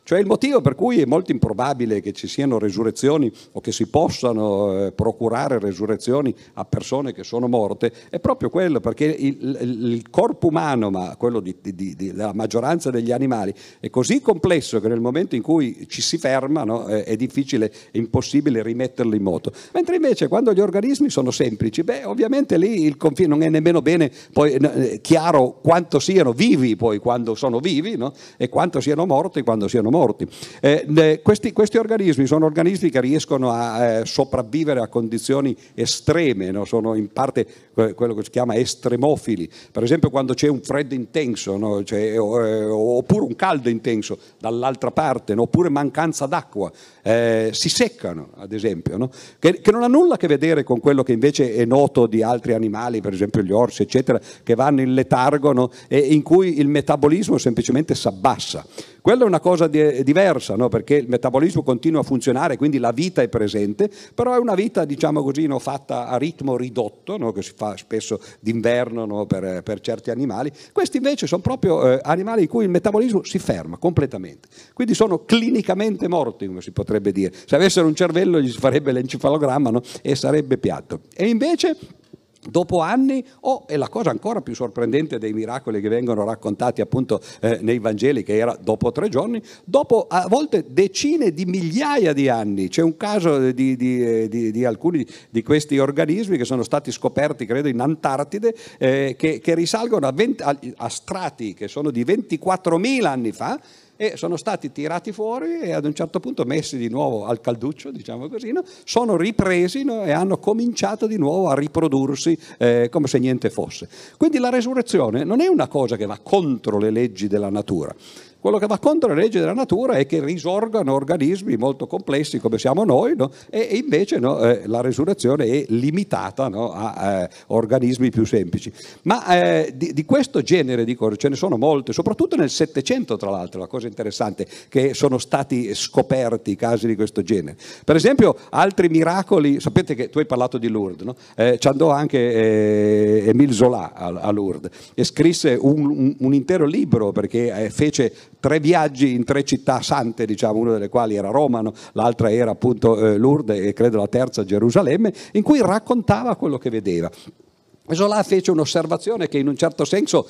Cioè il motivo per cui è molto improbabile che ci siano resurrezioni o che si possano eh, procurare resurrezioni a persone che sono morte è proprio quello, perché il, il, il corpo umano, ma quello di, di, di, della maggioranza degli animali, è così complesso che nel momento in cui ci si ferma, no, è, è difficile, è impossibile rimetterlo in moto. Mentre invece quando gli organismi sono semplici, beh, ovviamente lì il confine non è nemmeno bene poi eh, chiaro quanto siano vivi poi quando sono vivi, no? E quanto siano morti quando siano morti. Eh, questi, questi organismi sono organismi che riescono a eh, sopravvivere a condizioni estreme, no? Sono in parte que- quello che si chiama estremofili. Per esempio quando c'è un freddo intenso, no? Cioè, o, eh, oppure un caldo intenso dall'altra parte, no? Oppure mancanza d'acqua, eh, si seccano ad esempio, no? che, che non ha nulla a che vedere con quello che invece è noto di altri animali, per esempio gli orsi eccetera, che vanno in letargo, no? E in cui il metabolismo semplicemente si abbassa. Quella è una cosa di, diversa, no? Perché il metabolismo continua a funzionare, quindi la vita è presente, però è una vita, diciamo così, no? Fatta a ritmo ridotto, no? Che si fa spesso d'inverno, no? per, per certi animali. Questi invece sono proprio eh, animali in cui il metabolismo si ferma completamente, quindi sono clinicamente morti, come si potrebbe dire. Se avessero un cervello gli si farebbe l'encefalogramma, no? E sarebbe piatto. E invece dopo anni, o oh, è la cosa ancora più sorprendente dei miracoli che vengono raccontati appunto eh, nei Vangeli, che era dopo tre giorni, dopo a volte decine di migliaia di anni. C'è un caso di, di, di, di alcuni di questi organismi che sono stati scoperti, credo, in Antartide, eh, che, che risalgono a, venti, a, a strati che sono di ventiquattromila anni fa, e sono stati tirati fuori e ad un certo punto messi di nuovo al calduccio, diciamo così, no? Sono ripresi, no? E hanno cominciato di nuovo a riprodursi eh, come se niente fosse. Quindi la resurrezione non è una cosa che va contro le leggi della natura. Quello che va contro le leggi della natura è che risorgano organismi molto complessi come siamo noi, no? e, e invece no, eh, la resurrezione è limitata, no, a eh, organismi più semplici. Ma eh, di, di questo genere di cose ce ne sono molte, soprattutto nel Settecento, tra l'altro, la cosa interessante, che sono stati scoperti casi di questo genere. Per esempio altri miracoli, sapete che tu hai parlato di Lourdes, no? eh, ci andò anche eh, Émile Zola a, a Lourdes e scrisse un, un, un intero libro, perché eh, fece tre viaggi in tre città sante, diciamo, una delle quali era Roma, no? L'altra era appunto eh, Lourdes e credo la terza Gerusalemme, in cui raccontava quello che vedeva. Zola fece un'osservazione che in un certo senso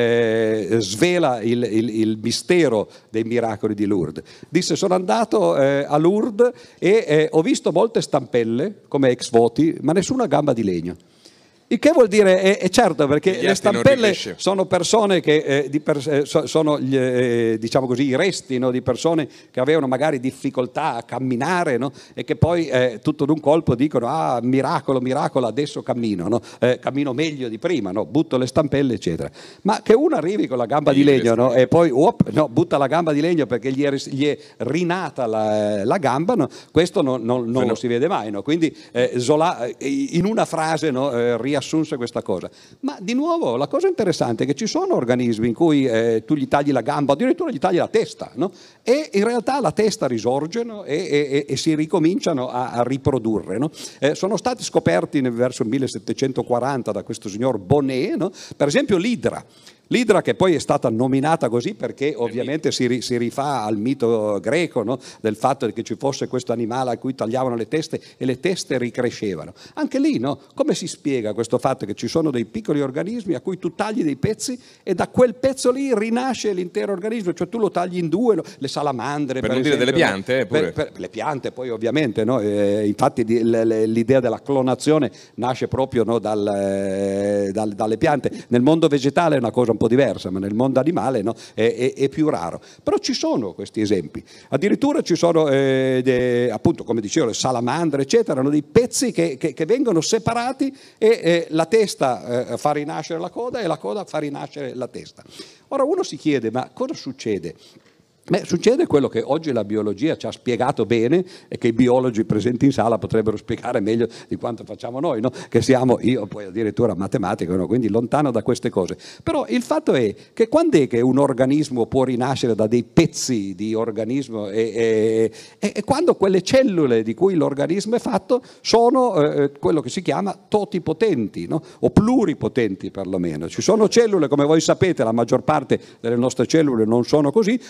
eh, svela il, il, il mistero dei miracoli di Lourdes. Disse: sono andato eh, a Lourdes e eh, ho visto molte stampelle come ex voti, ma nessuna gamba di legno. Il che vuol dire, è, è certo, perché le stampelle sono persone che eh, di per, eh, sono gli, eh, diciamo così, i resti, no, di persone che avevano magari difficoltà a camminare, no, e che poi eh, tutto d'un colpo dicono: ah, miracolo, miracolo, adesso cammino, no, eh, cammino meglio di prima, no, butto le stampelle eccetera. Ma che uno arrivi con la gamba di legno, no, e poi op, no, butta la gamba di legno perché gli è, gli è rinata la, la gamba, no, questo no, no, non no. lo si vede mai, no? Quindi eh, Zola in una frase, no, eh, assunse questa cosa. Ma di nuovo la cosa interessante è che ci sono organismi in cui eh, tu gli tagli la gamba, addirittura gli tagli la testa, no? E in realtà la testa risorge, no? e, e, e si ricominciano a, a riprodurre, no? Eh, sono stati scoperti nel, verso il millesettecentoquaranta da questo signor Bonnet, no? Per esempio l'idra. L'idra, che poi è stata nominata così perché ovviamente si, si rifà al mito greco, no? Del fatto che ci fosse questo animale a cui tagliavano le teste e le teste ricrescevano. Anche lì, no? Come si spiega questo fatto che ci sono dei piccoli organismi a cui tu tagli dei pezzi e da quel pezzo lì rinasce l'intero organismo? Cioè tu lo tagli in due, no? Le salamandre, per, per non esempio, dire delle piante, no? pure. Per, per le piante poi ovviamente, no? Eh, infatti di, le, le, l'idea della clonazione nasce proprio, no? Dal, eh, dal, dalle piante. Nel mondo vegetale è una cosa un po' diversa, ma nel mondo animale, no, è, è, è più raro. Però ci sono questi esempi. Addirittura ci sono, eh, de, appunto, come dicevo, le salamandre, eccetera, hanno dei pezzi che, che, che vengono separati e eh, la testa eh, fa rinascere la coda e la coda fa rinascere la testa. Ora uno si chiede: ma cosa succede? Beh, succede quello che oggi la biologia ci ha spiegato bene e che i biologi presenti in sala potrebbero spiegare meglio di quanto facciamo noi, no? Che siamo, io poi addirittura matematico, no? Quindi lontano da queste cose. Però il fatto è che quando è che un organismo può rinascere da dei pezzi di organismo e, e, e quando quelle cellule di cui l'organismo è fatto sono eh, quello che si chiama totipotenti, no? O pluripotenti perlomeno. Ci sono cellule, come voi sapete, la maggior parte delle nostre cellule non sono così, però tutte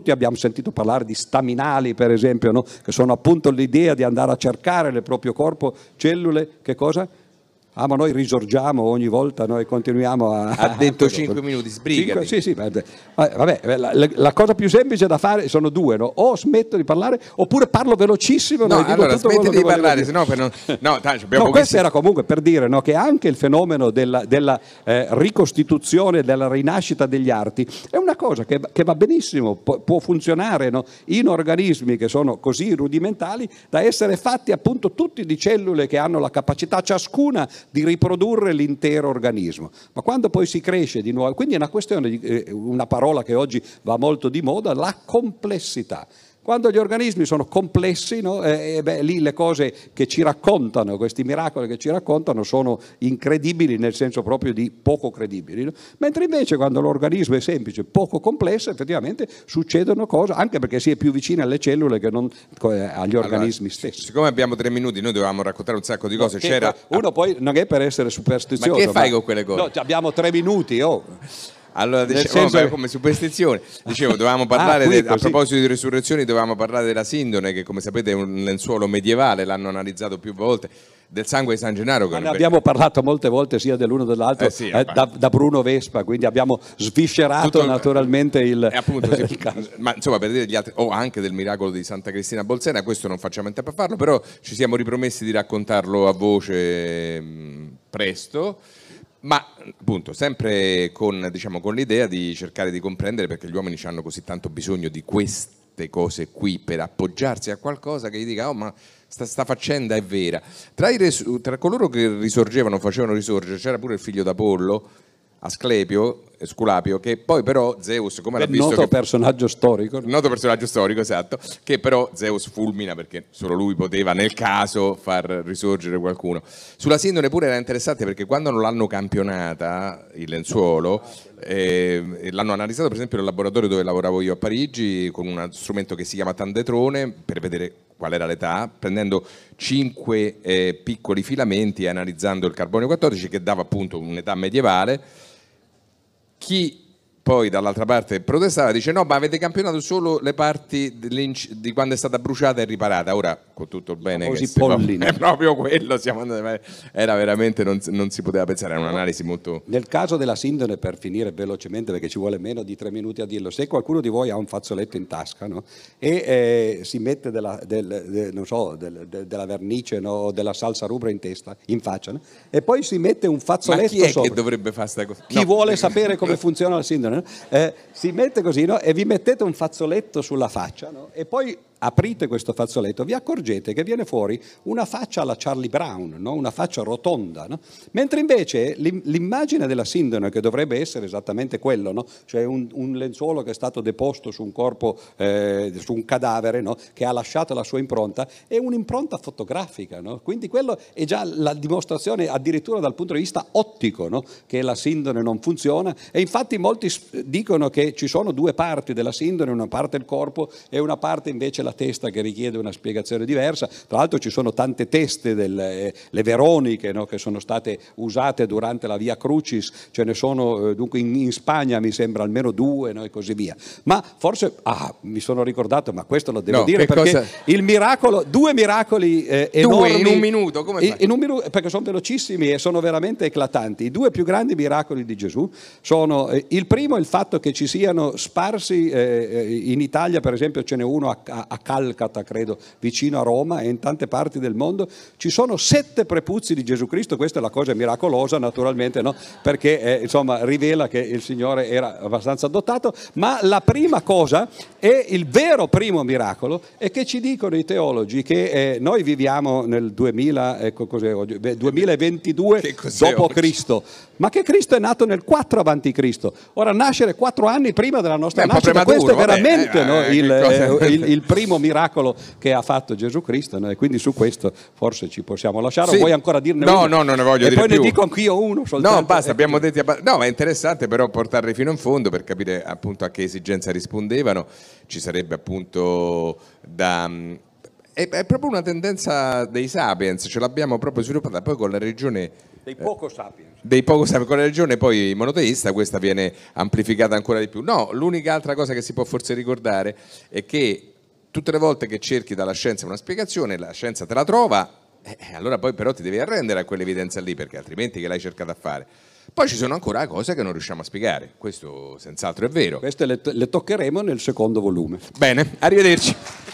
tutti abbiamo sentito parlare di staminali, per esempio, no? Che sono appunto l'idea di andare a cercare nel proprio corpo cellule, che cosa? Ah, ma noi risorgiamo ogni volta, noi continuiamo a... Ha detto cinque minuti, sbrigati. Sì, sì, vabbè, la, la cosa più semplice da fare sono due, no? O smetto di parlare, oppure parlo velocissimo. No, no, allora smetti di parlare, sennò per non... No, tanto, abbiamo no, questo era comunque per dire, no, che anche il fenomeno della, della eh, ricostituzione, della rinascita degli arti è una cosa che, che va benissimo, può, può funzionare, no? In organismi che sono così rudimentali da essere fatti appunto tutti di cellule che hanno la capacità ciascuna di riprodurre l'intero organismo, ma quando poi si cresce di nuovo, quindi è una questione di eh, una parola che oggi va molto di moda, la complessità. Quando gli organismi sono complessi, no? eh, beh, lì le cose che ci raccontano, questi miracoli che ci raccontano, sono incredibili nel senso proprio di poco credibili, no? Mentre invece quando l'organismo è semplice, poco complesso, effettivamente succedono cose, anche perché si è più vicini alle cellule che non eh, agli organismi allora, stessi. Siccome abbiamo tre minuti, noi dovevamo raccontare un sacco di cose. No, C'era... Uno poi non è per essere superstizioso. Ma che fai ma... con quelle cose? No, abbiamo tre minuti, oh. Allora, dicevo, senso... beh, come superstizione, dicevo, dovevamo parlare, ah, de, a proposito di risurrezioni, dovevamo parlare della Sindone, che come sapete è un lenzuolo medievale, l'hanno analizzato più volte, del sangue di San Gennaro. Che ne abbiamo parlato molte volte sia dell'uno che dell'altro, eh sì, eh, da, da Bruno Vespa, quindi abbiamo sviscerato tutto, naturalmente il, eh, appunto, il sì, caso. Ma insomma, per dire gli altri, o oh, anche del miracolo di Santa Cristina Bolsena, questo non facciamo in tempo a farlo, però ci siamo ripromessi di raccontarlo a voce mh, presto. Ma appunto sempre con, diciamo, con l'idea di cercare di comprendere perché gli uomini hanno così tanto bisogno di queste cose qui per appoggiarsi a qualcosa che gli dica oh ma sta, sta faccenda è vera. Tra, i res- tra coloro che risorgevano, facevano risorgere, c'era pure il figlio d'Apollo, Asclepio, Esculapio, che poi però Zeus, come l'ha visto... Noto che, personaggio storico. Noto personaggio storico, esatto, che però Zeus fulmina perché solo lui poteva nel caso far risorgere qualcuno. Sulla Sindone pure era interessante perché quando non l'hanno campionata, il lenzuolo, eh, l'hanno analizzato per esempio nel laboratorio dove lavoravo io a Parigi, con uno strumento che si chiama Tandetrone, per vedere qual era l'età, prendendo cinque eh, piccoli filamenti e analizzando il carbonio quattordici che dava appunto un'età medievale. Chi poi dall'altra parte protestava dice no ma avete campionato solo le parti di quando è stata bruciata e riparata. Ora con tutto il bene che si è proprio quello, siamo andati, era veramente non, non si poteva pensare, era un'analisi molto... Nel caso della Sindone, per finire velocemente perché ci vuole meno di tre minuti a dirlo, se qualcuno di voi ha un fazzoletto in tasca, no? e eh, si mette della, del, de, non so, del, de, della vernice, no? della salsa rubra in testa, in faccia, no? e poi si mette un fazzoletto ma chi è sopra. Che dovrebbe fare sta cosa? Chi no. vuole sapere come funziona la Sindone, no? eh, si mette così, no? e vi mettete un fazzoletto sulla faccia, no? e poi aprite questo fazzoletto, vi accorgete che viene fuori una faccia alla Charlie Brown, no? una faccia rotonda, no? mentre invece l'immagine della Sindone, che dovrebbe essere esattamente quello, no? cioè un, un lenzuolo che è stato deposto su un corpo, eh, su un cadavere, no? che ha lasciato la sua impronta, è un'impronta fotografica, no? quindi quello è già la dimostrazione addirittura dal punto di vista ottico, no? che la Sindone non funziona, e infatti molti dicono che ci sono due parti della Sindone, una parte il corpo e una parte invece la testa, che richiede una spiegazione diversa. Tra l'altro ci sono tante teste, delle, le Veroniche, no, che sono state usate durante la Via Crucis, ce ne sono eh, dunque in, in Spagna mi sembra almeno due, no, e così via. Ma forse, ah, mi sono ricordato, ma questo lo devo no, dire perché cosa... il miracolo, due miracoli eh, enormi. Due in un minuto, come fai? In, in un minuto, perché sono velocissimi e sono veramente eclatanti. I due più grandi miracoli di Gesù sono, eh, il primo è il fatto che ci siano sparsi, eh, in Italia per esempio ce n'è uno a, a, a Calcata, credo, vicino a Roma, e in tante parti del mondo ci sono sette prepuzzi di Gesù Cristo. Questa è la cosa miracolosa, naturalmente, no? Perché eh, insomma rivela che il Signore era abbastanza dotato. Ma la prima cosa è il vero primo miracolo, è che ci dicono i teologi che eh, noi viviamo nel duemila, ecco cos'è oggi, duemilaventidue dopo Cristo, ma che Cristo è nato nel quattro avanti Cristo. Ora, nascere quattro anni prima della nostra Beh, nascita, questo è veramente vabbè, no, eh, il, eh, il, il primo miracolo che ha fatto Gesù Cristo, no? E quindi su questo forse ci possiamo lasciare. Sì. O vuoi ancora dirne no, uno? No, non ne voglio e dire poi più. ne dico anch'io uno soltanto. No, basta, eh. abbiamo detti abba- No, è interessante però portarli fino in fondo per capire appunto a che esigenza rispondevano. Ci sarebbe appunto da... è, è proprio una tendenza dei sapiens, ce l'abbiamo proprio sviluppata poi con la religione Dei poco sapiens. dei poco sapiens, con la religione poi monoteista questa viene amplificata ancora di più. No, l'unica altra cosa che si può forse ricordare è che tutte le volte che cerchi dalla scienza una spiegazione, la scienza te la trova, eh, allora poi però ti devi arrendere a quell'evidenza lì, perché altrimenti che l'hai cercata a fare? Poi ci sono ancora cose che non riusciamo a spiegare, questo senz'altro è vero. Queste le, le toccheremo nel secondo volume. Bene, arrivederci.